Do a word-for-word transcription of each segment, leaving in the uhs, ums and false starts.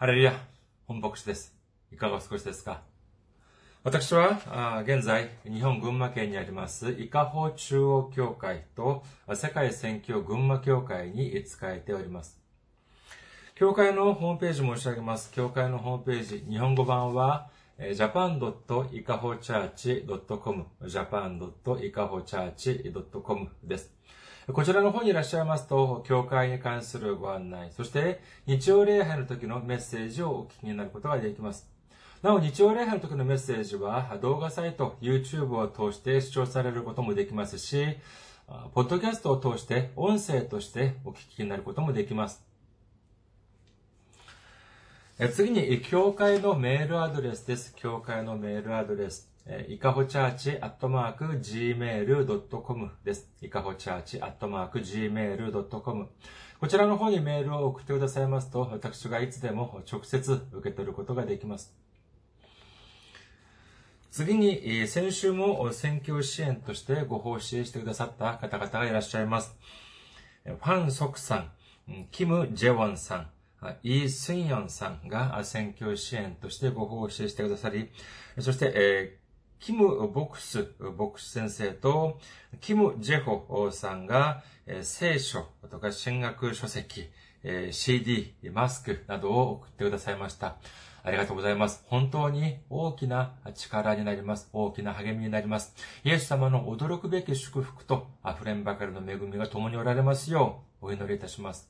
ハレルヤ、本牧師です。いかがお過ごしですか？私は、現在、日本群馬県にあります、伊香保中央教会と世界宣教群馬教会に仕えております。教会のホームページ申し上げます。教会のホームページ、日本語版は、ジャパンドットイカホチャーチドットコム、ジャパンドットイカホチャーチドットコム です。こちらの方にいらっしゃいますと、教会に関するご案内、そして日曜礼拝の時のメッセージをお聞きになることができます。なお、日曜礼拝の時のメッセージは動画サイト、YouTube を通して視聴されることもできますし、ポッドキャストを通して音声としてお聞きになることもできます。次に、教会のメールアドレスです。教会のメールアドレス。いかほチャーチアットマーク ジーメールドットコム です。いかほチャーチアットマーク ジーメールドットコム。こちらの方にメールを送ってくださいますと、私がいつでも直接受け取ることができます。次に、先週も宣教支援としてご奉仕してくださった方々がいらっしゃいます。ファン・ソクさん、キム・ジェウォンさん、イ・スンヨンさんが宣教支援としてご奉仕してくださり、そして、えーキム・ボクス、ボクス先生と、キム・ジェホさんが、聖書とか神学書籍、シーディー、マスクなどを送ってくださいました。ありがとうございます。本当に大きな力になります。大きな励みになります。イエス様の驚くべき祝福と溢れんばかりの恵みが共におられますよう、お祈りいたします。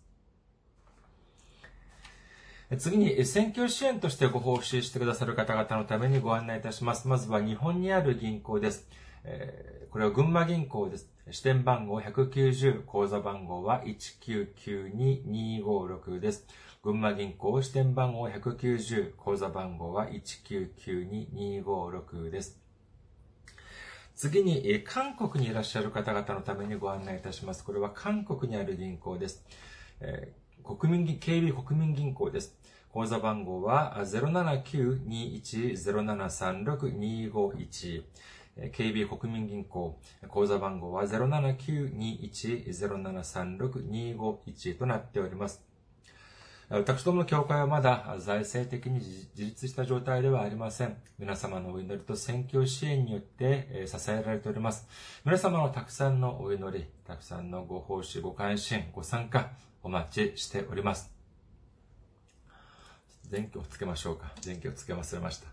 次に、宣教支援としてご奉仕してくださる方々のためにご案内いたします。まずは日本にある銀行です。これは群馬銀行です。支店番号ひゃくきゅうじゅう、口座番号はいちきゅうきゅうににごろくです。群馬銀行支店番号ひゃくきゅうじゅう、口座番号はいちきゅうきゅうににごろくです。次に、韓国にいらっしゃる方々のためにご案内いたします。これは韓国にある銀行です。国民、ケービー 国民銀行です。口座番号は ゼロななきゅうにいちゼロななさんろくにごいち。ケービー 国民銀行、口座番号は ゼロななきゅうにいちゼロななさんろくにごいち となっております。私どもの教会はまだ財政的に自立した状態ではありません。皆様のお祈りと宣教支援によって支えられております。皆様のたくさんのお祈り、たくさんのご奉仕、ご関心、ご参加、お待ちしております。電気をつけましょうか。電気をつけ忘れました。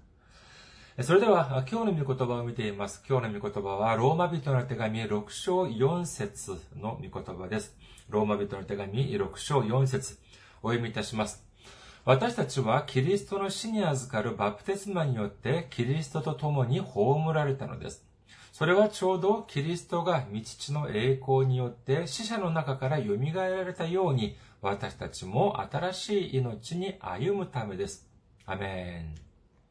それでは、今日の御言葉を見ています。今日の御言葉は、ローマ人の手紙ろく章よん節の御言葉です。ローマ人の手紙ろく章よん節、お読みいたします。私たちはキリストの死に預かるバプテスマによって、キリストと共に葬られたのです。それはちょうどキリストが御父の栄光によって死者の中から蘇られたように、私たちも新しい命に歩むためです。アメン。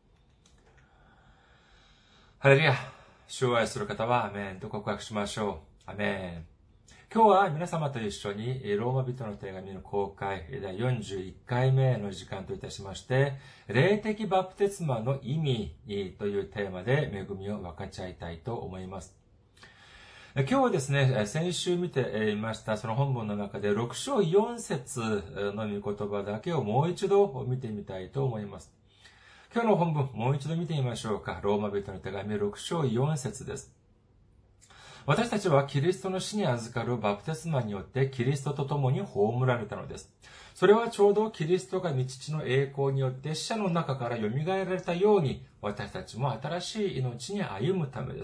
ハレルヤ。主を愛する方はアメンと告白しましょう。アメン。今日は皆様と一緒にローマ人の手紙の公開だいよんじゅういっかいめの時間といたしまして、霊的バプテスマの意味というテーマで恵みを分かち合いたいと思います。今日はですね、先週見ていましたその本文の中でろく章よん節の御言葉だけをもう一度見てみたいと思います。今日の本文、もう一度見てみましょうか。ローマ人の手紙ろく章よん節です。私たちはキリストの死に預かるバプテスマによってキリストと共に葬られたのです。それはちょうどキリストが御父の栄光によって死者の中から蘇られたように、私たちも新しい命に歩むためです。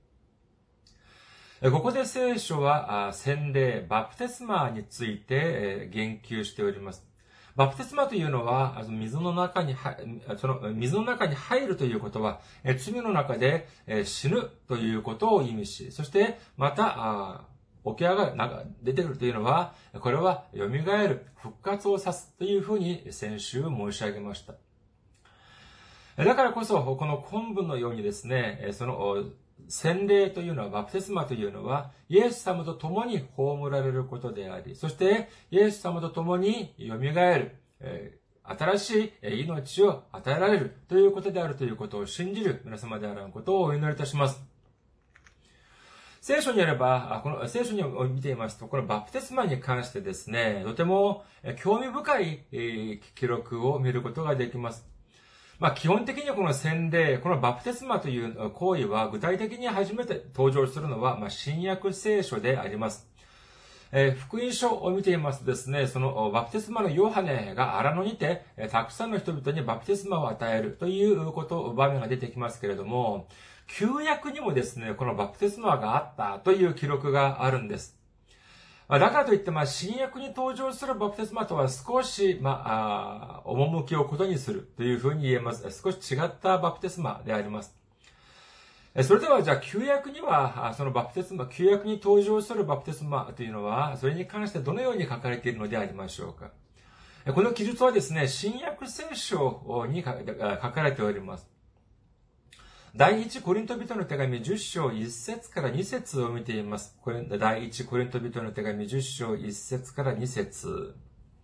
ここで聖書は洗礼、バプテスマについて言及しております。バプテスマというのは、水の中に、その水の中に入るということは、罪の中で死ぬということを意味し、そしてまた、起き上がる、なんか出てくるというのは、これは蘇る、復活を指すというふうに先週申し上げました。だからこそ、この本文のようにですね、その、洗礼というのは、バプテスマというのは、イエス様と共に葬られることであり、そしてイエス様と共に蘇る、えー、新しい命を与えられるということであるということを信じる皆様であることをお祈りいたします。 聖書によれば、この聖書を見ていますと、このバプテスマに関してですね、とても興味深い記録を見ることができます。まあ基本的にはこの洗礼、このバプテスマという行為は具体的に初めて登場するのは、まあ新約聖書であります。えー、福音書を見ていますとですね、そのバプテスマのヨハネが荒野にて、たくさんの人々にバプテスマを与えるということ、場面が出てきますけれども、旧約にもですね、このバプテスマがあったという記録があるんです。だからといって、まあ、新約に登場するバプテスマとは少し、まあ、あ趣をことにするというふうに言えます。少し違ったバプテスマであります。それでは、じゃあ、旧約には、そのバプテスマ、旧約に登場するバプテスマというのは、それに関してどのように書かれているのでありましょうか。この記述はですね、新約聖書に書かれております。第一コリント人の手紙じゅっ章いち節からに節を見ています。これ第一コリント人の手紙じゅっ章いち節からに節。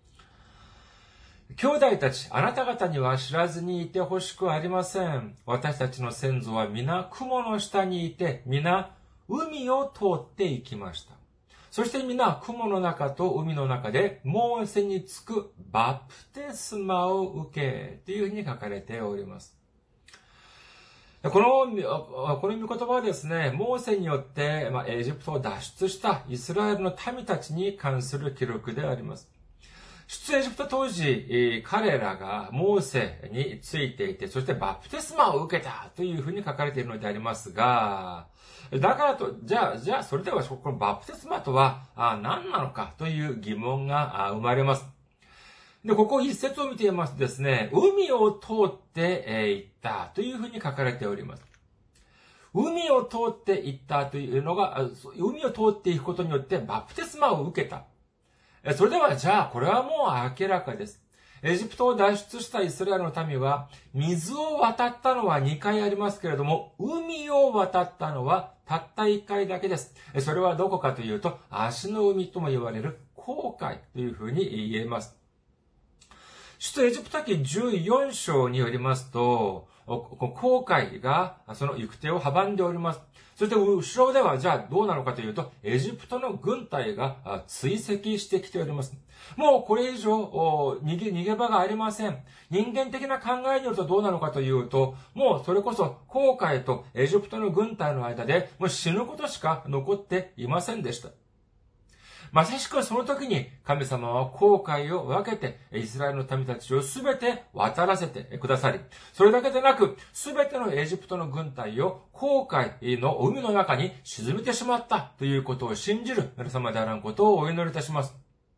兄弟たち、あなた方には知らずにいてほしくありません。私たちの先祖は皆雲の下にいて、皆海を通って行きました。そして皆雲の中と海の中でモーセにつくバプテスマを受けというふうに書かれております。この、この御言葉はですね、モーセによって、まあ、エジプトを脱出したイスラエルの民たちに関する記録であります。出エジプト当時、彼らがモーセについていて、そしてバプテスマを受けたというふうに書かれているのでありますが、だからと、じゃあ、じゃあ、それでは、このバプテスマとは何なのかという疑問が生まれます。で、ここ一節を見ていますとですね、海を通って行ったというふうに書かれております。海を通って行ったというのが、海を通っていくことによってバプテスマを受けた。それでは、じゃあ、これはもう明らかです。エジプトを脱出したイスラエルの民は、水を渡ったのはにかいありますけれども、海を渡ったのはたったいっかいだけです。それはどこかというと、足の海とも言われる紅海というふうに言えます。出エジプト記じゅうよん章によりますと、紅海がその行く手を阻んでおります。そして後ろではじゃあどうなのかというと、エジプトの軍隊が追跡してきております。もうこれ以上逃げ、逃げ場がありません。人間的な考えによるとどうなのかというと、もうそれこそ紅海とエジプトの軍隊の間でもう死ぬことしか残っていませんでした。まさしくその時に神様は紅海を分けてイスラエルの民たちをすべて渡らせてくださり、それだけでなくすべてのエジプトの軍隊を紅海の海の中に沈めてしまったということを信じる皆様であらんことをお祈りいたします。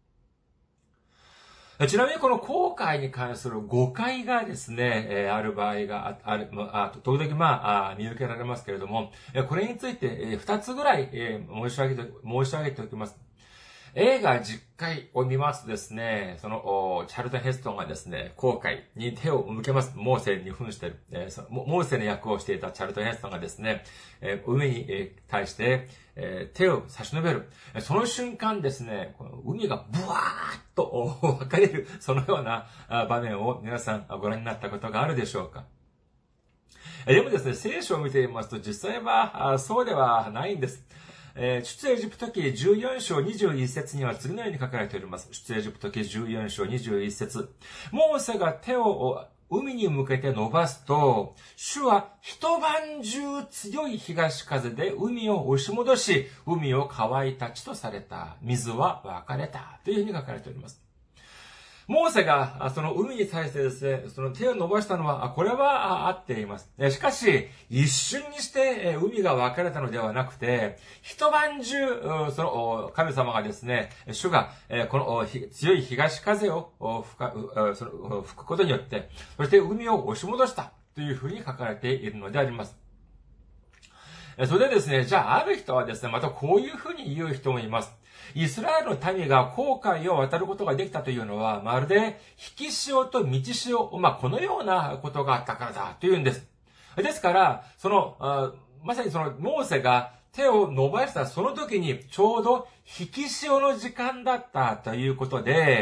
ちなみにこの紅海に関する誤解がですね、ある場合がある、あ時々まあ見受けられますけれども、これについて二つぐらい申し上げて、申し上げておきます。映画じゅっかいを見ますとですね、その、チャルトン・ヘストンがですね、紅海に手を向けます。モーセに扮している、えー、モーセの役をしていたチャルトン・ヘストンがですね、えー、海に、えー、対して、えー、手を差し伸べる。その瞬間ですね、この海がブワーッと分かれる、そのような場面を皆さんご覧になったことがあるでしょうか。でもですね、聖書を見ていますと実際はそうではないんです。えー、出エジプト記じゅうよん章にじゅういち節には次のように書かれております。出エジプト記じゅうよん章にじゅういち節。モーセが手を海に向けて伸ばすと、主は一晩中強い東風で海を押し戻し、海を乾いた地とされた。水は分かれた。というふうに書かれております。モーセがその海に対してですね、その手を伸ばしたのは、これは合っています。しかし、一瞬にして海が分かれたのではなくて、一晩中、その神様がですね、主がこの強い東風を吹くことによって、そして海を押し戻したというふうに書かれているのであります。それでですね、じゃあある人はですね、またこういうふうに言う人もいます。イスラエルの民が紅海を渡ることができたというのは、まるで引き潮と満ち潮、まあ、このようなことがあったからだというんです。ですから、その、まさにその、モーセが手を伸ばしたその時にちょうど引き潮の時間だったということで、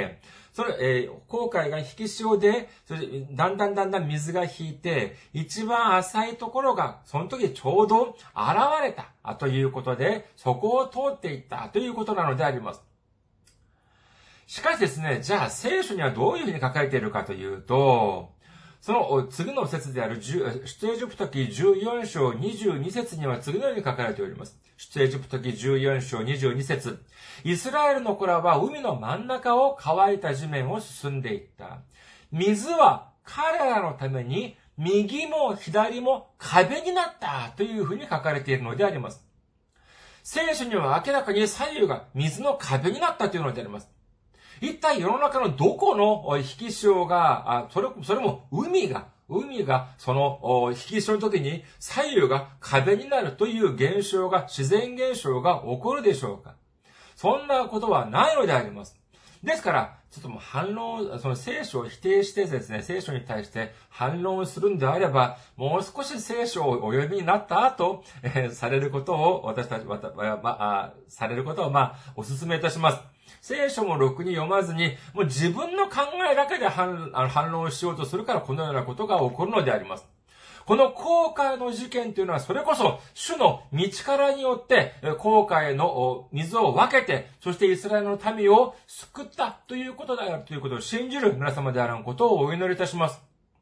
それ、えー、航海が引き潮で、それで、だんだんだんだん水が引いて、一番浅いところが、その時ちょうど現れた、ということで、そこを通っていった、ということなのであります。しかしですね、じゃあ聖書にはどういうふうに書かれているかというと、その次の説である出エジプト記じゅうよん章にじゅうに節には次のように書かれております。出エジプト記じゅうよん章にじゅうに節。イスラエルの子らは海の真ん中を乾いた地面を進んでいった。水は彼らのために右も左も壁になったというふうに書かれているのであります。聖書には明らかに左右が水の壁になったというのであります。一体世の中のどこの引き潮が、それ、それも海が、海が、その引き潮の時に左右が壁になるという現象が、自然現象が起こるでしょうか？そんなことはないのであります。ですから、ちょっともう反論、その聖書を否定してですね、聖書に対して反論するんであれば、もう少し聖書をお読みになった後、えー、されることを、私たち、まあ、まあ、されることを、まあ、お勧めいたします。聖書もろくに読まずに、もう自分の考えだけで反、あの反論しようとするからこのようなことが起こるのであります。この航海の事件というのはそれこそ主の道からによって航海の水を分けて、そしてイスラエルの民を救ったということであるということを信じる皆様であることをお祈りいたします。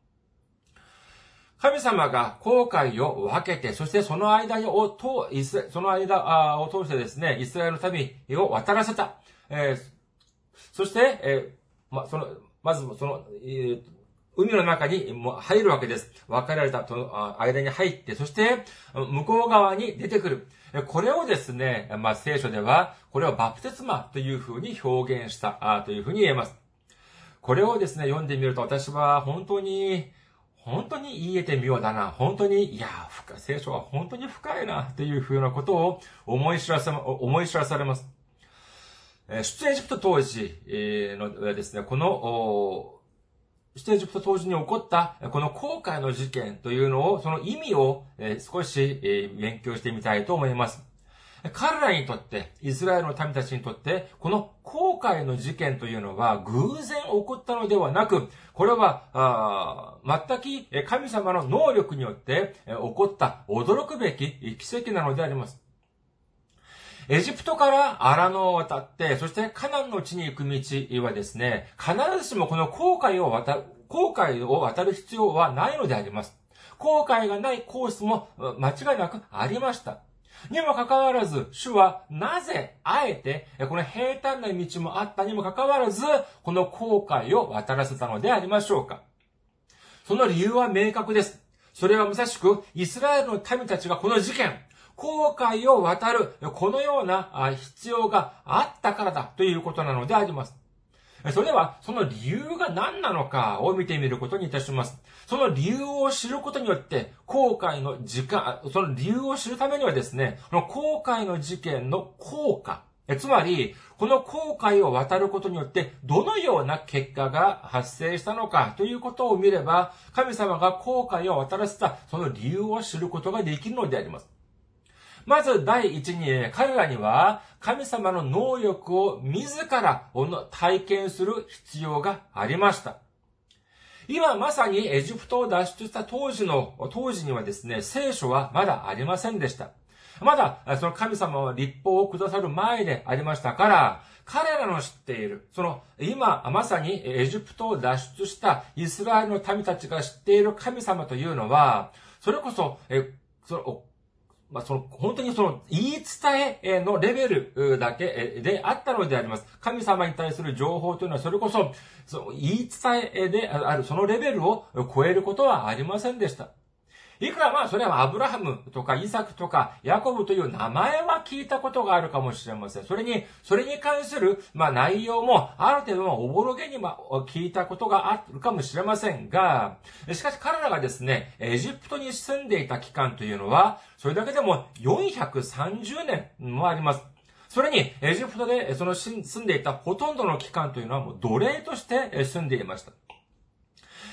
神様が航海を分けて、そしてその間を通、その間を通してですね、イスラエルの民を渡らせた。えー、そして、えー、ま、その、まず、その、えー、海の中に入るわけです。分かれられた間に入って、そして、向こう側に出てくる。これをですね、まあ、聖書では、これをバプテスマというふうに表現したというふうに言えます。これをですね、読んでみると、私は本当に、本当に言えて妙だな。本当に、いや、聖書は本当に深いな、というふうなことを思い知らさ、思い知らされます。出エジプト当時のですね、この、出エジプト当時に起こったこの航海の事件というのを、その意味を少し勉強してみたいと思います。彼らにとって、イスラエルの民たちにとって、この航海の事件というのは偶然起こったのではなく、これは、全く神様の能力によって起こった驚くべき奇跡なのであります。エジプトから荒野を渡って、そしてカナンの地に行く道はですね、必ずしもこの航海を渡る、航海を渡る必要はないのであります。航海がないコースも間違いなくありました。にもかかわらず、主はなぜあえて、この平坦な道もあったにもかかわらず、この航海を渡らせたのでありましょうか。その理由は明確です。それはまさしく、イスラエルの民たちがこの事件、航海を渡る、このような必要があったからだということなのであります。それでは、その理由が何なのかを見てみることにいたします。その理由を知ることによって、航海の時間、その理由を知るためにはですね、この航海の事件の効果、つまり、この航海を渡ることによって、どのような結果が発生したのかということを見れば、神様が航海を渡らせた、その理由を知ることができるのであります。まず第一に、彼らには神様の能力を自ら体験する必要がありました。今まさにエジプトを脱出した当時の、当時にはですね、聖書はまだありませんでした。まだその神様は律法をくださる前でありましたから、彼らの知っている、その今まさにエジプトを脱出したイスラエルの民たちが知っている神様というのは、それこそ、えそのまあ、その、本当にその、言い伝えのレベルだけであったのであります。神様に対する情報というのは、それこそ、その言い伝えである、そのレベルを超えることはありませんでした。いくらまあ、それはアブラハムとかイサクとかヤコブという名前は聞いたことがあるかもしれません。それに、それに関する、まあ、内容も、ある程度のおぼろげにま聞いたことがあるかもしれませんが、しかし彼らがですね、エジプトに住んでいた期間というのは、それだけでもよんひゃくさんじゅうねんもあります。それに、エジプトでその住んでいたほとんどの期間というのはもう奴隷として住んでいました。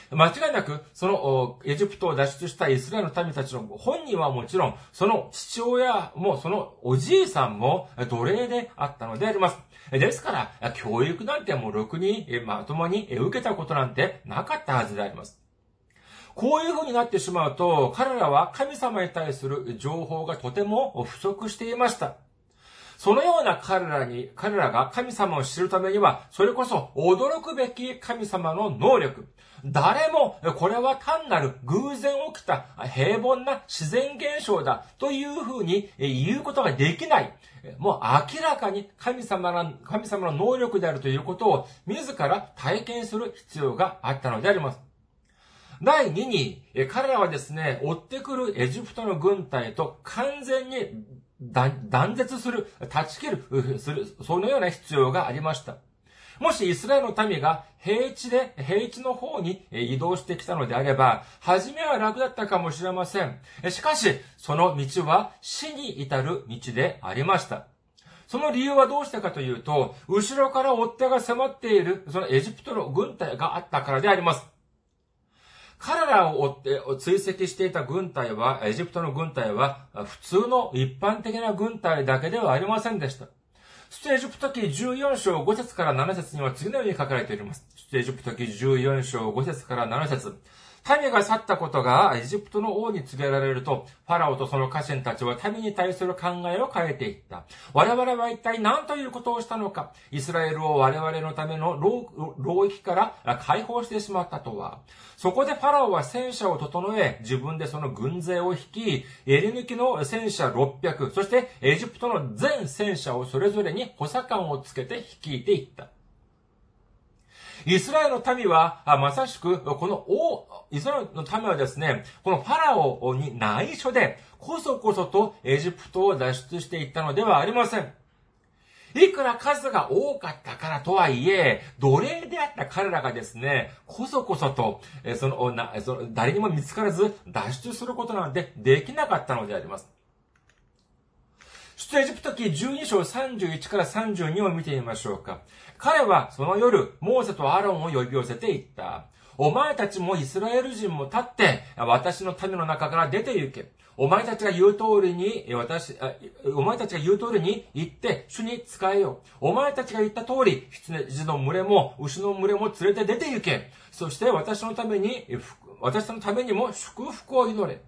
間違いなく、そのエジプトを脱出したイスラエルの民たちの本人はもちろん、その父親も、そのおじいさんも奴隷であったのであります。ですから、教育なんてもうろくにまともに受けたことなんてなかったはずであります。こういう風になってしまうと、彼らは神様に対する情報がとても不足していました。そのような彼らに、彼らが神様を知るためには、それこそ驚くべき神様の能力。誰も、これは単なる偶然起きた平凡な自然現象だというふうに言うことができない。もう明らかに神様の、神様の能力であるということを自ら体験する必要があったのであります。第二に、彼らはですね、追ってくるエジプトの軍隊と完全に断絶する、断ち切る、する、そのような必要がありました。もしイスラエルの民が平地で、平地の方に移動してきたのであれば、初めは楽だったかもしれません。しかし、その道は死に至る道でありました。その理由はどうしてかというと、後ろから追っ手が迫っている、そのエジプトの軍隊があったからであります。彼らを追って追跡していた軍隊は、エジプトの軍隊は、普通の一般的な軍隊だけではありませんでした。出エジプト記じゅうよん章ご節からなな節には次のように書かれております。出エジプト記じゅうよん章ご節からなな節。民が去ったことがエジプトの王に告げられると、ファラオとその家臣たちは民に対する考えを変えていった。我々は一体何ということをしたのか。イスラエルを我々のための労役から解放してしまったとは。そこでファラオは戦車を整え、自分でその軍勢を率い、襟抜きの戦車ろっぴゃく、そしてエジプトの全戦車をそれぞれに補佐官をつけて率いていった。イスラエルの民は、まさしく、この王、イスラエルの民はですね、このファラオに内緒で、こそこそとエジプトを脱出していったのではありません。いくら数が多かったからとはいえ、奴隷であった彼らがですね、こそこそと、その、なその誰にも見つからず脱出することなんてできなかったのであります。出エジプト記じゅうに章さんじゅういちからさんじゅうにを見てみましょうか。彼はその夜、モーセとアロンを呼び寄せていった。お前たちもイスラエル人も立って、私の民の中から出て行け。お前たちが言う通りに、私、お前たちが言う通りに行って、主に仕えよう。お前たちが言った通り、羊の群れも、牛の群れも連れて出て行け。そして私のために、私のためにも祝福を祈れ。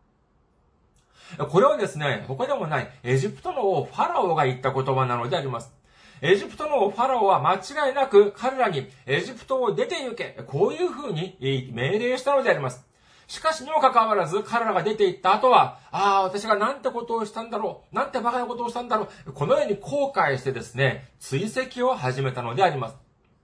これはですね、他でもない、エジプトの王ファラオが言った言葉なのであります。エジプトの王ファラオは間違いなく彼らにエジプトを出て行け、こういう風に命令したのであります。しかしにもかかわらず彼らが出て行った後は、ああ、私がなんてことをしたんだろう、なんて馬鹿なことをしたんだろう、このように後悔してですね、追跡を始めたのであります。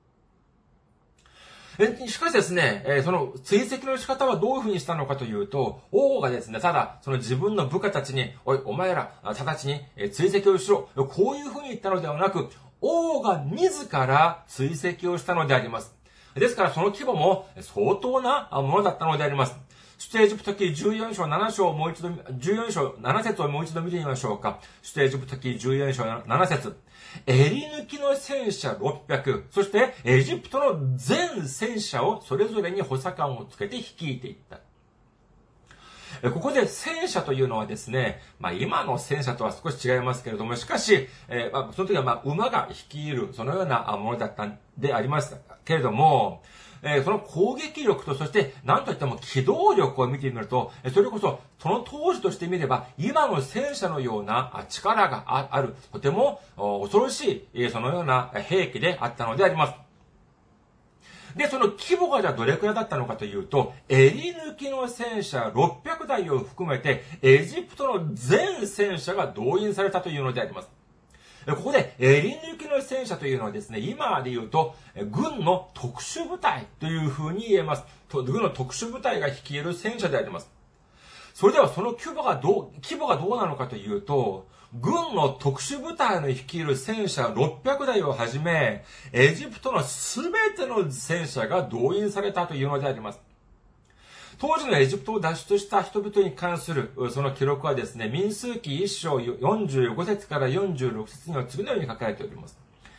しかしですね、その追跡の仕方はどういうふうにしたのかというと、王がですね、ただ、その自分の部下たちに、おい、お前ら、直ちに追跡をしろ。こういうふうに言ったのではなく、王が自ら追跡をしたのであります。ですから、その規模も相当なものだったのであります。出エジプト記じゅうよん章なな章をもう一度、じゅうよん章なな節をもう一度見てみましょうか。出エジプト記じゅうよん章なな節。襟抜きの戦車ろっぴゃく、そしてエジプトの全戦車をそれぞれに補佐官をつけて率いていった。ここで戦車というのはですね、まあ今の戦車とは少し違いますけれども、しかし、えー、まあその時はまあ馬が率いる、そのようなものだったんでありましたけれども、えー、その攻撃力と、そして何といっても機動力を見てみると、それこそその当時としてみれば、今の戦車のような力がある、とても恐ろしい、そのような兵器であったのであります。で、その規模がじゃあどれくらいだったのかというと、襟抜きの戦車ろっぴゃくだいを含めて、エジプトの全戦車が動員されたというのであります。ここで、襟抜きの戦車というのはですね、今で言うと、軍の特殊部隊という風に言えます。軍の特殊部隊が率いる戦車であります。それではその規模がどう、規模がどうなのかというと、軍の特殊部隊の率いる戦車ろっぴゃくだいをはじめ、エジプトのすべての戦車が動員されたというのであります。当時のエジプトを脱出した人々に関するその記録はですね、民数記いち章よんじゅうご節からよんじゅうろく節には次のように書かれております。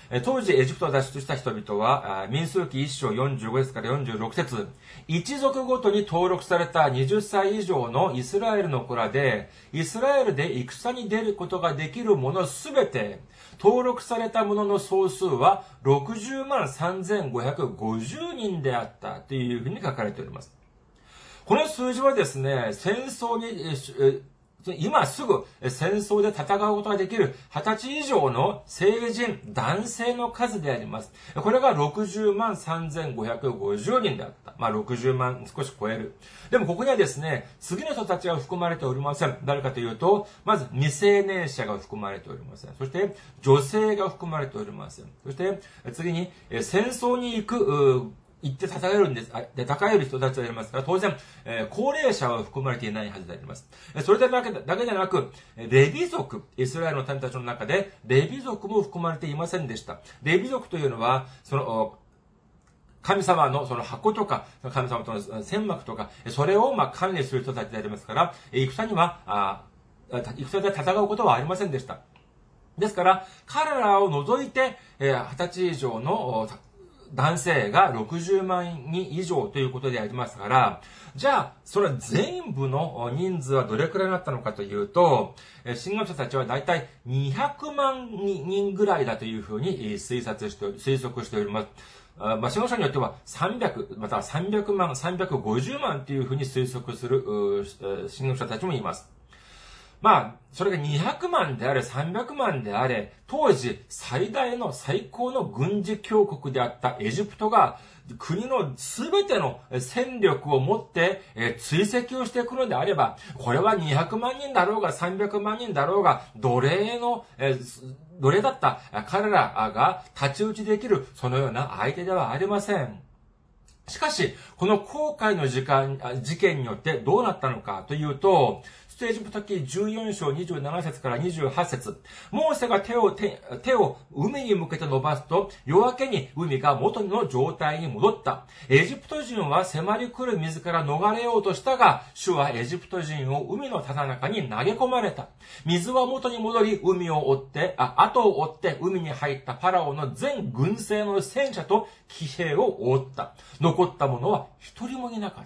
当時エジプトを脱出した人々は、民数記いっ章よんじゅうご節からよんじゅうろく節、一族ごとに登録されたはたち以上のイスラエルの子らで、イスラエルで戦に出ることができる者すべて、登録された者の総数はろくじゅうまんさんぜんごひゃくごじゅうにんであったというふうに書かれております。この数字はですね、戦争に、今すぐ戦争で戦うことができるはたち以上の成人、男性の数であります。これがろくじゅうまんさんぜんごひゃくごじゅうにんであった。まあろくじゅうまん少し超える。でもここにはですね、次の人たちは含まれておりません。誰かというと、まず未成年者が含まれておりません。そして女性が含まれておりません。そして次に戦争に行く、行って戦えるんです。で、戦える人たちがいますから、当然、えー、高齢者は含まれていないはずであります。それだけだけでなく、レビ族、イスラエルの民たちの中で、レビ族も含まれていませんでした。レビ族というのは、その、神様のその箱とか、神様との戦幕とか、それをまあ管理する人たちでありますから、戦には、あ戦で戦うことはありませんでした。ですから、彼らを除いて、はたち以上の男性がろくじゅうまんにん以上ということでありますから、じゃあ、それ全部の人数はどれくらいになったのかというと、神学者たちはだいたいにひゃくまんにんぐらいだというふうに推察して、推測しております。まあ、神学者によってはさんびゃく、またはさんびゃくまん、さんびゃくごじゅうまんというふうに推測する神学者たちもいます。まあ、それがにひゃくまんであれ、さんびゃくまんであれ、当時最大の最高の軍事強国であったエジプトが、国のすべての戦力を持って追跡をしてくるのであれば、これはにひゃくまんにんだろうがさんびゃくまんにんだろうが、奴隷の、奴隷だった彼らが太刀打ちできる、そのような相手ではありません。しかし、この航海の時間、事件によってどうなったのかというと、エジプト記じゅうよん章にじゅうなな節からにじゅうはち節。モーセが手を、手、手を海に向けて伸ばすと、夜明けに海が元の状態に戻った。エジプト人は迫り来る水から逃れようとしたが、主はエジプト人を海のただ中に投げ込まれた。水は元に戻り、海を追って、あ、後を追って海に入ったパラオの全軍勢の戦車と騎兵を覆った。残った者は一人もいなかった。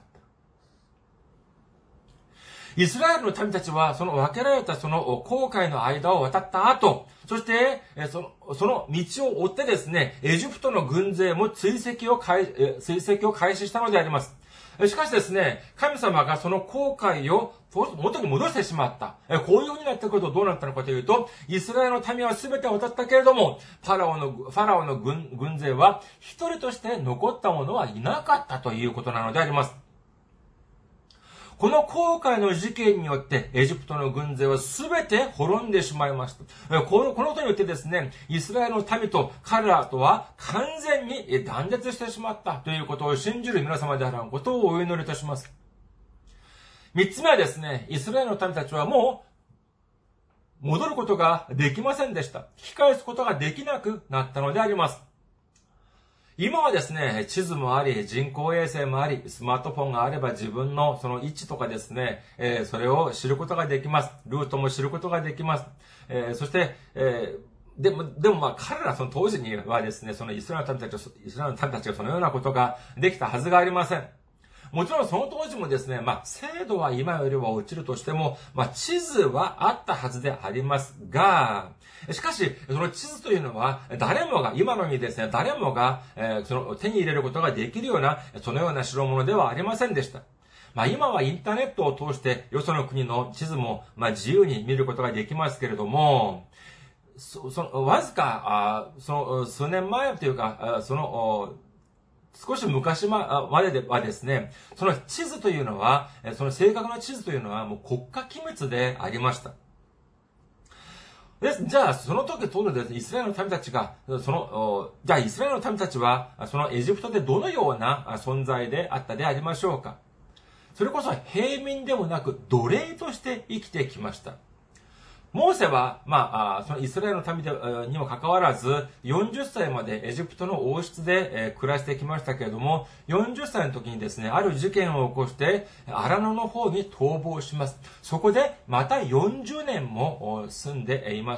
イスラエルの民たちは、その分けられたその航海の間を渡った後、そして、その、その道を追ってですね、エジプトの軍勢も追跡を開、追跡を開始したのであります。しかしですね、神様がその航海を元に戻してしまった。こういう風になってくるとどうなったのかというと、イスラエルの民は全て渡ったけれども、ファラオの、ファラオの 軍, 軍勢は一人として残った者はいなかったということなのであります。この航海の事件によって、エジプトの軍勢は全て滅んでしまいました。この、このことによってですね、イスラエルの民と彼らとは完全に断絶してしまったということを信じる皆様であらんことをお祈りいたします。三つ目はですね、イスラエルの民たちはもう戻ることができませんでした。引き返すことができなくなったのであります。今はですね、地図もあり、人工衛星もあり、スマートフォンがあれば自分のその位置とかですね、えー、それを知ることができます。ルートも知ることができます。えー、そして、えー、でも、でもまあ彼らその当時にはですね、そのイスラエルの民たち、イスラエルの民たちがそのようなことができたはずがありません。もちろんその当時もですね、まあ、精度は今よりは落ちるとしても、まあ、地図はあったはずでありますが、しかし、その地図というのは、誰もが、今のようにですね、誰もが、えー、その手に入れることができるような、そのような代物ではありませんでした。まあ、今はインターネットを通して、よその国の地図も、まあ、自由に見ることができますけれども、そ、その、わずか、あその、数年前というか、その、少し昔までではですね、その地図というのは、その正確な地図というのはもう国家機密でありました。です。じゃあ、その時当のですね、イスラエルの民たちが、その、じゃあイスラエルの民たちは、そのエジプトでどのような存在であったでありましょうか。それこそ平民でもなく奴隷として生きてきました。モーセは、まあ、そのイスラエルの民でにもかかわらず、よんじゅっさいまでエジプトの王室で暮らしてきましたけれども、よんじゅっさいの時にですね、ある事件を起こして、荒野の方に逃亡します。そこで、またよんじゅうねんも住んでいます。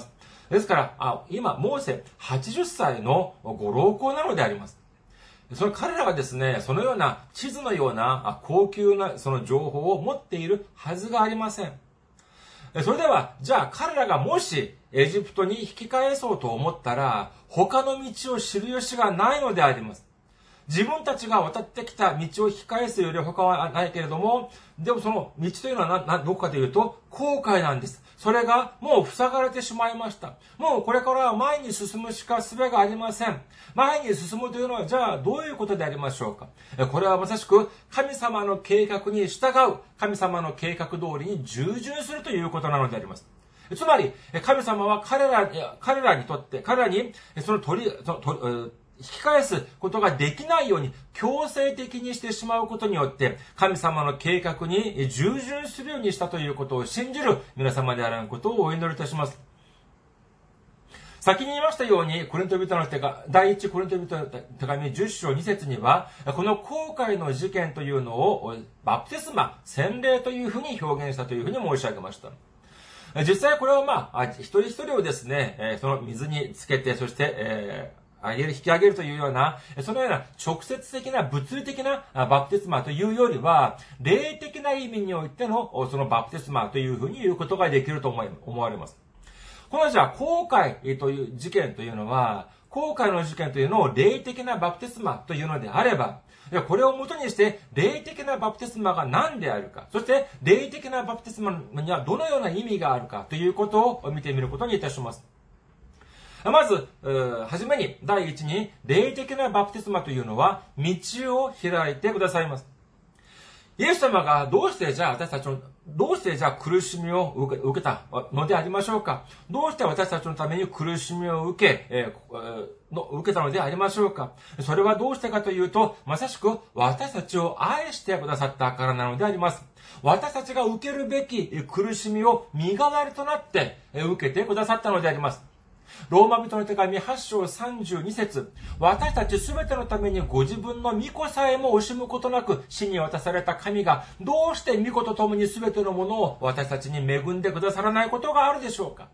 ですから、あ今、モーセはちじゅっさいのご老公なのであります。その彼らがですね、そのような地図のような高級なその情報を持っているはずがありません。それでは、じゃあ彼らがもしエジプトに引き返そうと思ったら、他の道を知る由がないのであります。自分たちが渡ってきた道を引き返すより他はないけれども、でもその道というのはな、な、どこかというと、後悔なんです。それがもう塞がれてしまいました。もうこれからは前に進むしか術がありません。前に進むというのは、じゃあどういうことでありましょうか。これはまさしく神様の計画に従う、神様の計画通りに従順するということなのであります。つまり、神様は彼ら、彼らにとって、彼らにその取り、その取り、引き返すことができないように強制的にしてしまうことによって神様の計画に従順するようにしたということを信じる皆様であることをお祈りいたします。先に言いましたように、コリント人の手紙、第一コリント人の手紙じゅっ章に節には、この後悔の事件というのをバプテスマ、洗礼というふうに表現したというふうに申し上げました。実際これはまあ、一人一人をですね、その水につけて、そして、えー上げる、引き上げるというような、そのような直接的な物理的なバプテスマというよりは、霊的な意味においてのそのバプテスマというふうに言うことができると思われます。このじゃあ、後悔という事件というのは、後悔の事件というのを霊的なバプテスマというのであれば、これをもとにして、霊的なバプテスマが何であるか、そして、霊的なバプテスマにはどのような意味があるかということを見てみることにいたします。まず、はじめに、第一に、霊的なバプテスマというのは、道を開いてくださいます。イエス様がどうしてじゃあ私たちの、どうしてじゃあ苦しみを受け、受けたのでありましょうか。どうして私たちのために苦しみを受け、えー、の受けたのでありましょうか。それはどうしてかというと、まさしく私たちを愛してくださったからなのであります。私たちが受けるべき苦しみを身代わりとなって受けてくださったのであります。ローマ人の手紙はち章さんじゅうに節、私たちすべてのためにご自分の御子さえも惜しむことなく死に渡された神が、どうして御子と共にすべてのものを私たちに恵んでくださらないことがあるでしょうか。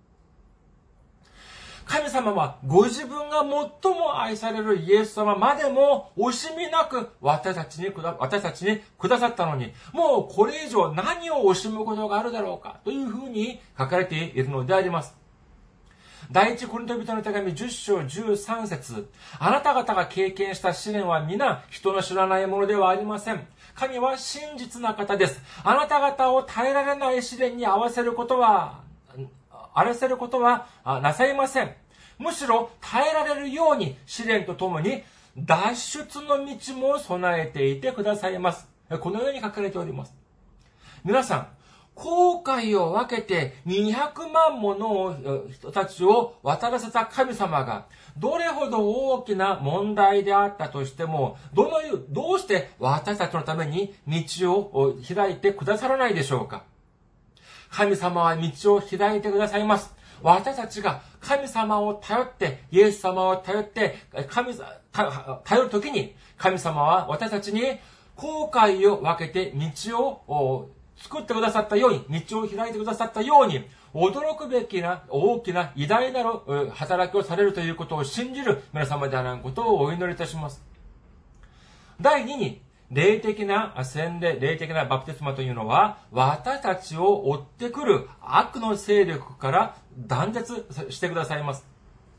神様はご自分が最も愛されるイエス様までも惜しみなく私たちにくだ、私たちにくださったのに、もうこれ以上何を惜しむことがあるだろうかというふうに書かれているのであります。第一コリント人の手紙じゅっ章じゅうさん節、あなた方が経験した試練は皆人の知らないものではありません。神は真実な方です。あなた方を耐えられない試練に合わせることは、あらせることはなさいません。むしろ耐えられるように試練とともに脱出の道も備えていてくださいます。このように書かれております。皆さん、後悔を分けてにひゃくまんもの人たちを渡らせた神様が、どれほど大きな問題であったとしても、どのどうして私たちのために道を開いてくださらないでしょうか。神様は道を開いてくださいます。私たちが神様を頼って、イエス様を頼って、神頼るときに、神様は私たちに後悔を分けて道を作ってくださったように、道を開いてくださったように、驚くべきな大きな偉大なる働きをされるということを信じる皆様であることをお祈りいたします。第二に、霊的な洗礼、霊的なバプテスマというのは、私たちを追ってくる悪の勢力から断絶してくださいます。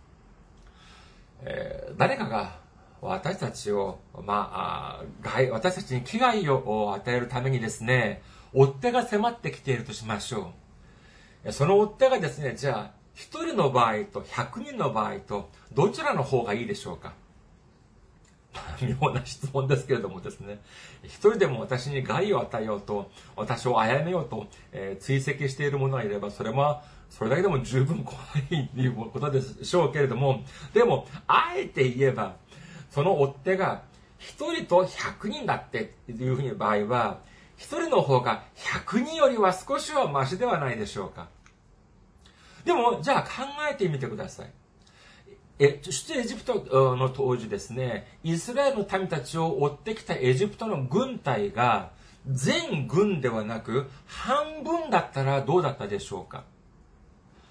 えー、誰かが私たちを、まあ、害、私たちに危害を与えるためにですね、追っ手が迫ってきているとしましょう。その追っ手がですね、じゃあ、一人の場合と百人の場合と、どちらの方がいいでしょうか。妙な質問ですけれどもですね、一人でも私に害を与えようと、私を殺めようと、えー、追跡している者がいれば、それは、それだけでも十分怖いということでしょうけれども、でも、あえて言えば、その追っ手が一人と百人だっていうふうに場合は、一人の方が百人よりは少しはマシではないでしょうか。でも、じゃあ考えてみてください。え、出エジプトの当時ですね、イスラエルの民たちを追ってきたエジプトの軍隊が、全軍ではなく、半分だったらどうだったでしょうか。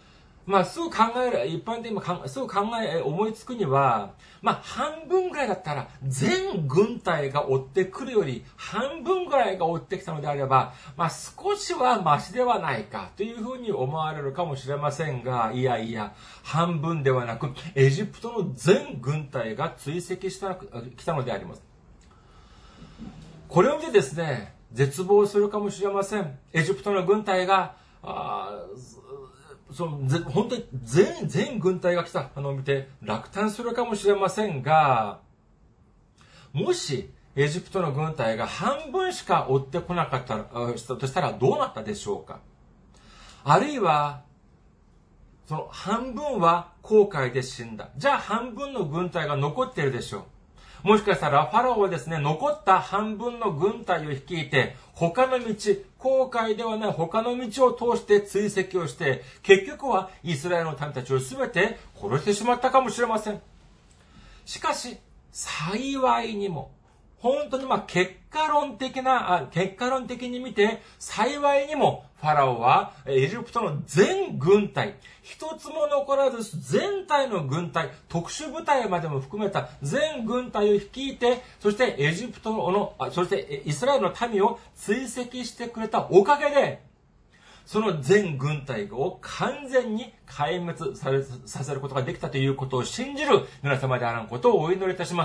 まあ、すぐ考える、一般的に考えすぐ考え、思いつくには、まあ、半分ぐらいだったら、全軍隊が追ってくるより、半分ぐらいが追ってきたのであれば、まあ、少しはマシではないか、というふうに思われるかもしれませんが、いやいや、半分ではなく、エジプトの全軍隊が追跡した、来たのであります。これを見てですね、絶望するかもしれません。エジプトの軍隊が、あその本当に全、全軍隊が来たのを見て落胆するかもしれませんが、もしエジプトの軍隊が半分しか追ってこなかったとしたらどうなったでしょうか。あるいは、その半分は航海で死んだ。じゃあ半分の軍隊が残っているでしょう。もしかしたらファラオはですね、残った半分の軍隊を率いて、他の道、航海ではない他の道を通して追跡をして、結局はイスラエルの民たちを全て殺してしまったかもしれません。しかし、幸いにも、本当にまあ結果論的な、あ結果論的に見て、幸いにもファラオはエジプトの全軍隊、一つも残らず全体の軍隊、特殊部隊までも含めた全軍隊を率いて、そしてエジプトの、そしてイスラエルの民を追跡してくれたおかげで、その全軍隊を完全に壊滅させることができたということを信じる皆様であらんことをお祈りいたします。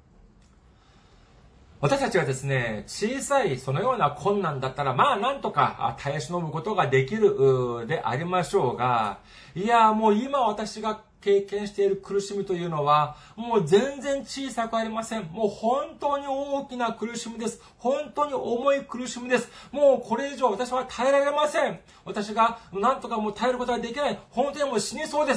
私たちはですね、小さいそのような困難だったら、まあなんとか耐え忍ぶことができるでありましょうが、いや、もう今私が経験している苦しみというのは、もう全然小さくありません。もう本当に大きな苦しみです。本当に重い苦しみです。もうこれ以上私は耐えられません。私がなんとかもう耐えることができない。本当にもう死にそうです。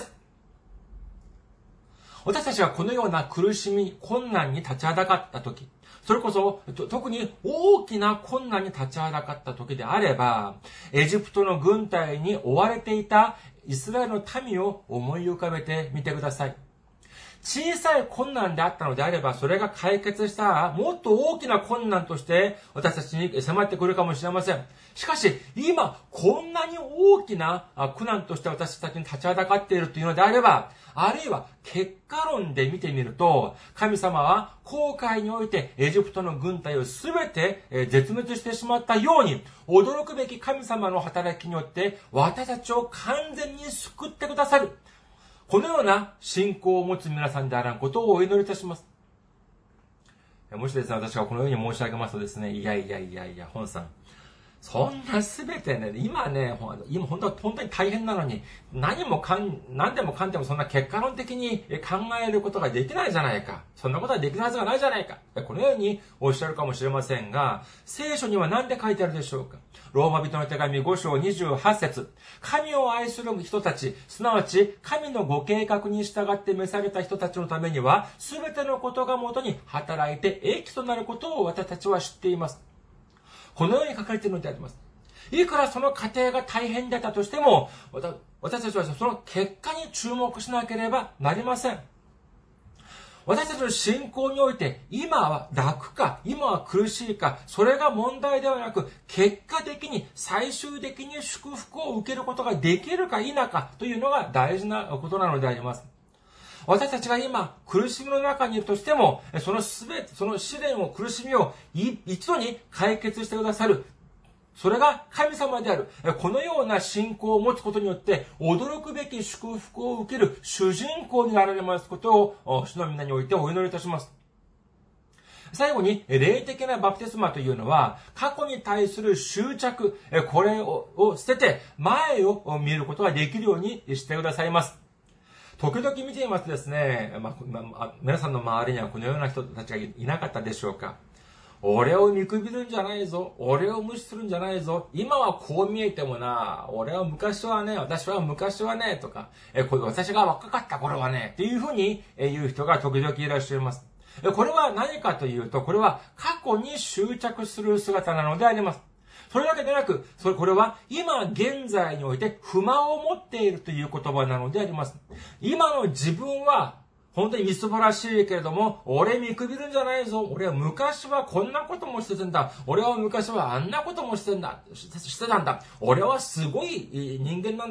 私たちはこのような苦しみ、困難に立ちはだかったとき、それこそ、特に大きな困難に立ちはだかった時であれば、エジプトの軍隊に追われていたイスラエルの民を思い浮かべてみてください。小さい困難であったのであれば、それが解決したら、もっと大きな困難として私たちに迫ってくるかもしれません。しかし、今、こんなに大きな苦難として私たちに立ちはだかっているというのであれば、あるいは結果論で見てみると、神様は航海においてエジプトの軍隊をすべて絶滅してしまったように、驚くべき神様の働きによって私たちを完全に救ってくださる。このような信仰を持つ皆さんであらんことをお祈りいたします。もしですね、私がこのように申し上げますとですね、いやいやいやいや、本さん、そんなすべてね、今ね、今本当は本当に大変なのに、何もかん、何でもかんでもそんな結果論的に考えることができないじゃないか。そんなことはできるはずがないじゃないか。このようにおっしゃるかもしれませんが、聖書には何で書いてあるでしょうか。ローマ人の手紙ご章にじゅうはち節。神を愛する人たち、すなわち神のご計画に従って召された人たちのためには、すべてのことがもとに働いて益となることを私たちは知っています。このように書かれているのであります。いくらその過程が大変だったとしても、私たちはその結果に注目しなければなりません。私たちの信仰において、今は楽か、今は苦しいか、それが問題ではなく、結果的に最終的に祝福を受けることができるか否かというのが大事なことなのであります。私たちが今、苦しみの中にいるとしても、そのすべて、その試練を、苦しみを一度に解決してくださる。それが神様である。このような信仰を持つことによって、驚くべき祝福を受ける主人公になられますことを、主の皆においてお祈りいたします。最後に、霊的なバプテスマというのは、過去に対する執着、これを捨てて、前を見ることができるようにしてくださいます。時々見ていますとですね、まあ、皆さんの周りにはこのような人たちがいなかったでしょうか。俺を見くびるんじゃないぞ。俺を無視するんじゃないぞ。今はこう見えてもな、俺は昔はね、私は昔はね、とか、えこれ私が若かった頃はね、っていうふうに言う人が時々いらっしゃいます。これは何かというと、これは過去に執着する姿なのであります。それだけでなく、それ、これは今現在において不満を持っているという言葉なのであります。今の自分は本当にみすぼらしいけれども、俺見くびるんじゃないぞ。俺は昔はこんなこともしてたんだ。俺は昔はあんなこともしてんだ、してたんだ。俺はすごい人間なんだぞ。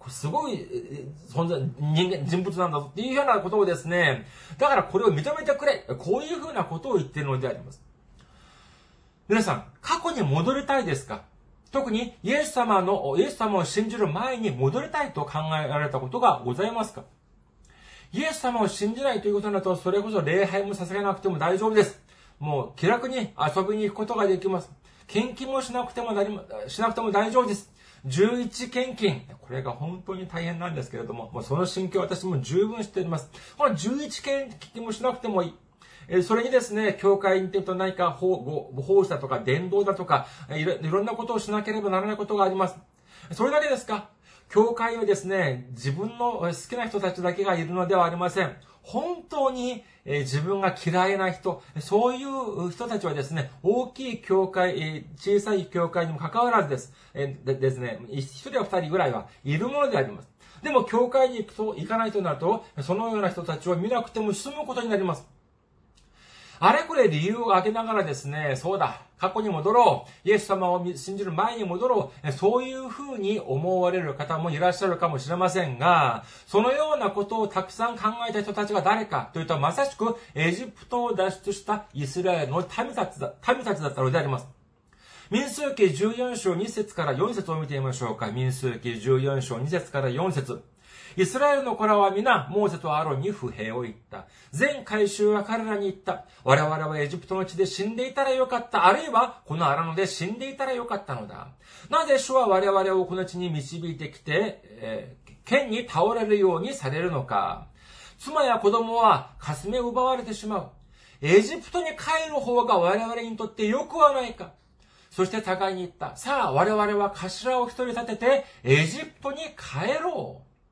これすごい存在、人間、人物なんだぞっていうようなことをですね、だからこれを認めてくれ。こういうふうなことを言っているのであります。皆さん、過去に戻りたいですか？特にイエス様の、イエス様を信じる前に戻りたいと考えられたことがございますか？イエス様を信じないということになると、それこそ礼拝も捧げなくても大丈夫です。もう気楽に遊びに行くことができます。献金もしなくてもなり、しなくても大丈夫です。十一献金。これが本当に大変なんですけれども、もうその心境は私も十分しております。この十一献金もしなくてもいい。それにですね、教会に行ってると何か奉仕だとか伝道だとかいろ、いろんなことをしなければならないことがあります。それだけですか？教会はですね、自分の好きな人たちだけがいるのではありません。本当に自分が嫌いな人、そういう人たちはですね、大きい教会、小さい教会にもかかわらずです。でですね、一人や二人ぐらいはいるものであります。でも教会に行くと、行かないとなると、そのような人たちを見なくても済むことになります。あれこれ理由を挙げながらですね、そうだ、過去に戻ろう、イエス様を信じる前に戻ろう、そういうふうに思われる方もいらっしゃるかもしれませんが、そのようなことをたくさん考えた人たちが誰かというと、まさしくエジプトを脱出したイスラエルの民たちだ、民たちだったのであります。民数記じゅうよん章に節からよん節を見てみましょうか。民数記じゅうよん章に節からよん節。イスラエルの子らは皆、モーセとアロンに不平を言った。全回収は彼らに言った。我々はエジプトの地で死んでいたらよかった。あるいは、この荒野で死んでいたらよかったのだ。なぜ主は我々をこの地に導いてきて、えー、剣に倒れるようにされるのか。妻や子供は霞を奪われてしまう。エジプトに帰る方が我々にとって良くはないか。そして互いに言った。さあ、我々は頭を一人立てて、エジプトに帰ろう。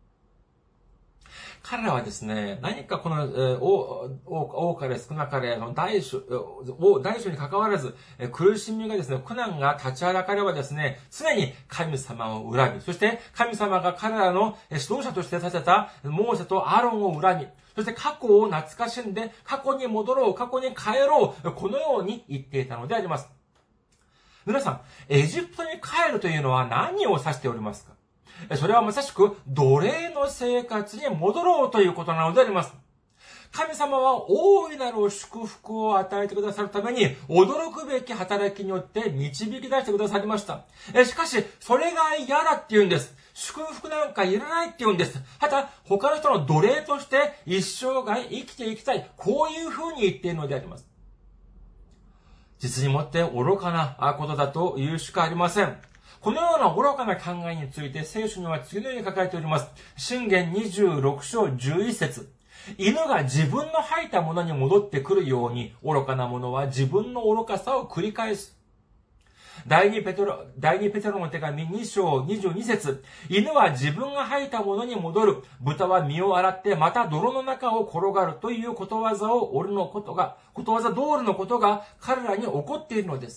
彼らはですね、何かこの、えー、多かれ少なかれ、大小、大小に関わらず、苦しみがですね、苦難が立ちはだかればですね、常に神様を恨み、そして神様が彼らの指導者として立てたモーセとアロンを恨み、そして過去を懐かしんで、過去に戻ろう、過去に帰ろう、このように言っていたのであります。皆さん、エジプトに帰るというのは何を指しておりますか？それはまさしく奴隷の生活に戻ろうということなのであります。神様は大いなる祝福を与えてくださるために驚くべき働きによって導き出してくださりました。しかし、それが嫌だって言うんです。祝福なんかいらないって言うんです。また、他の人の奴隷として一生涯生きていきたい。こういうふうに言っているのであります。実にもって愚かなことだと言うしかありません。このような愚かな考えについて聖書には次のように書かれております。箴言にじゅうろく章じゅういち節。犬が自分の吐いたものに戻ってくるように、愚かな者は自分の愚かさを繰り返す。第二ペテロ、第二ペテロの手紙に章にじゅうに節。犬は自分が吐いたものに戻る。豚は身を洗ってまた泥の中を転がるということわざを、俺のことが、ことわざ通りのことが彼らに起こっているのです。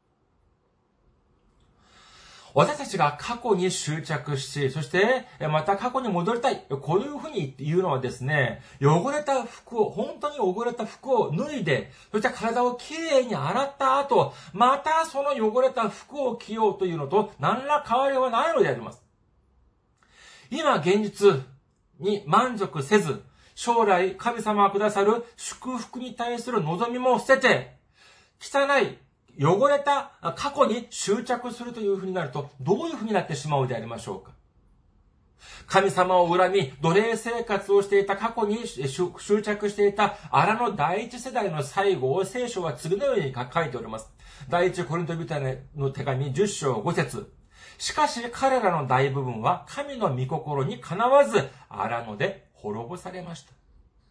私たちが過去に執着し、そしてまた過去に戻りたい。こういうふうに言うのはですね、汚れた服を、本当に汚れた服を脱いで、そして体をきれいに洗った後、またその汚れた服を着ようというのと何ら変わりはないのであります。今現実に満足せず、将来神様がくださる祝福に対する望みも捨てて、汚い、汚れた過去に執着するというふうになると、どういうふうになってしまうでありましょうか。神様を恨み、奴隷生活をしていた過去に執着していた荒の第一世代の最後を聖書は次のように書いております。第一コリント人の手紙じゅう章ご節。しかし彼らの大部分は神の御心にかなわず荒野で滅ぼされました。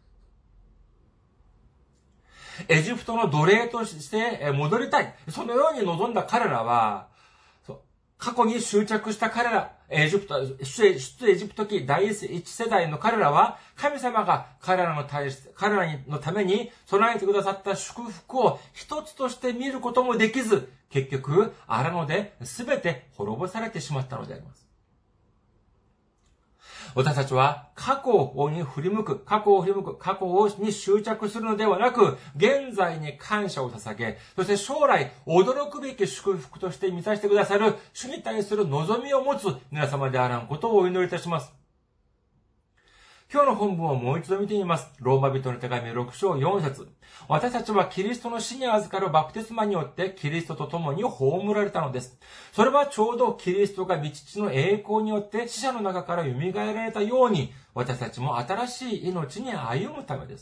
エジプトの奴隷として戻りたい。そのように望んだ彼らは、過去に執着した彼ら、エジプト、出エジプト期第一世代の彼らは、神様が彼らの対し、彼らのために備えてくださった祝福を一つとして見ることもできず、結局、荒野で全て滅ぼされてしまったのであります。 私たちは過去に振り向く、過去を振り向く、過去に執着するのではなく、現在に感謝を捧げ、そして将来驚くべき祝福として満たしてくださる主に対する望みを持つ皆様であらんことをお祈りいたします。今日の本文をもう一度見てみます。ローマ人の手紙ろく章よん節。私たちはキリストの死に預かるバプテスマによってキリストと共に葬られたのです。それはちょうどキリストが御父の栄光によって死者の中から蘇られたように、私たちも新しい命に歩むためです。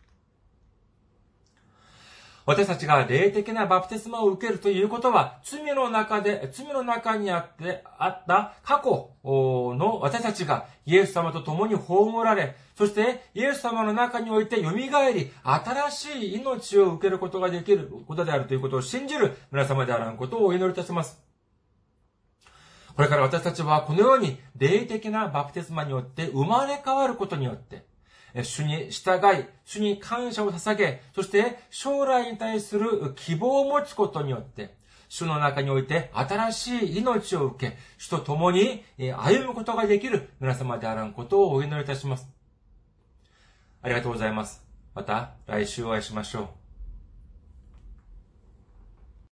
私たちが霊的なバプテスマを受けるということは、罪の中で、罪の中にあって、あった過去の私たちがイエス様と共に葬られ、そしてイエス様の中において蘇り、新しい命を受けることができることであるということを信じる皆様であらんことをお祈りいたします。これから私たちはこのように霊的なバプテスマによって生まれ変わることによって、主に従い、主に感謝を捧げ、そして将来に対する希望を持つことによって、主の中において新しい命を受け、主と共に歩むことができる皆様であらんことをお祈りいたします。ありがとうございます。また来週お会いしましょう。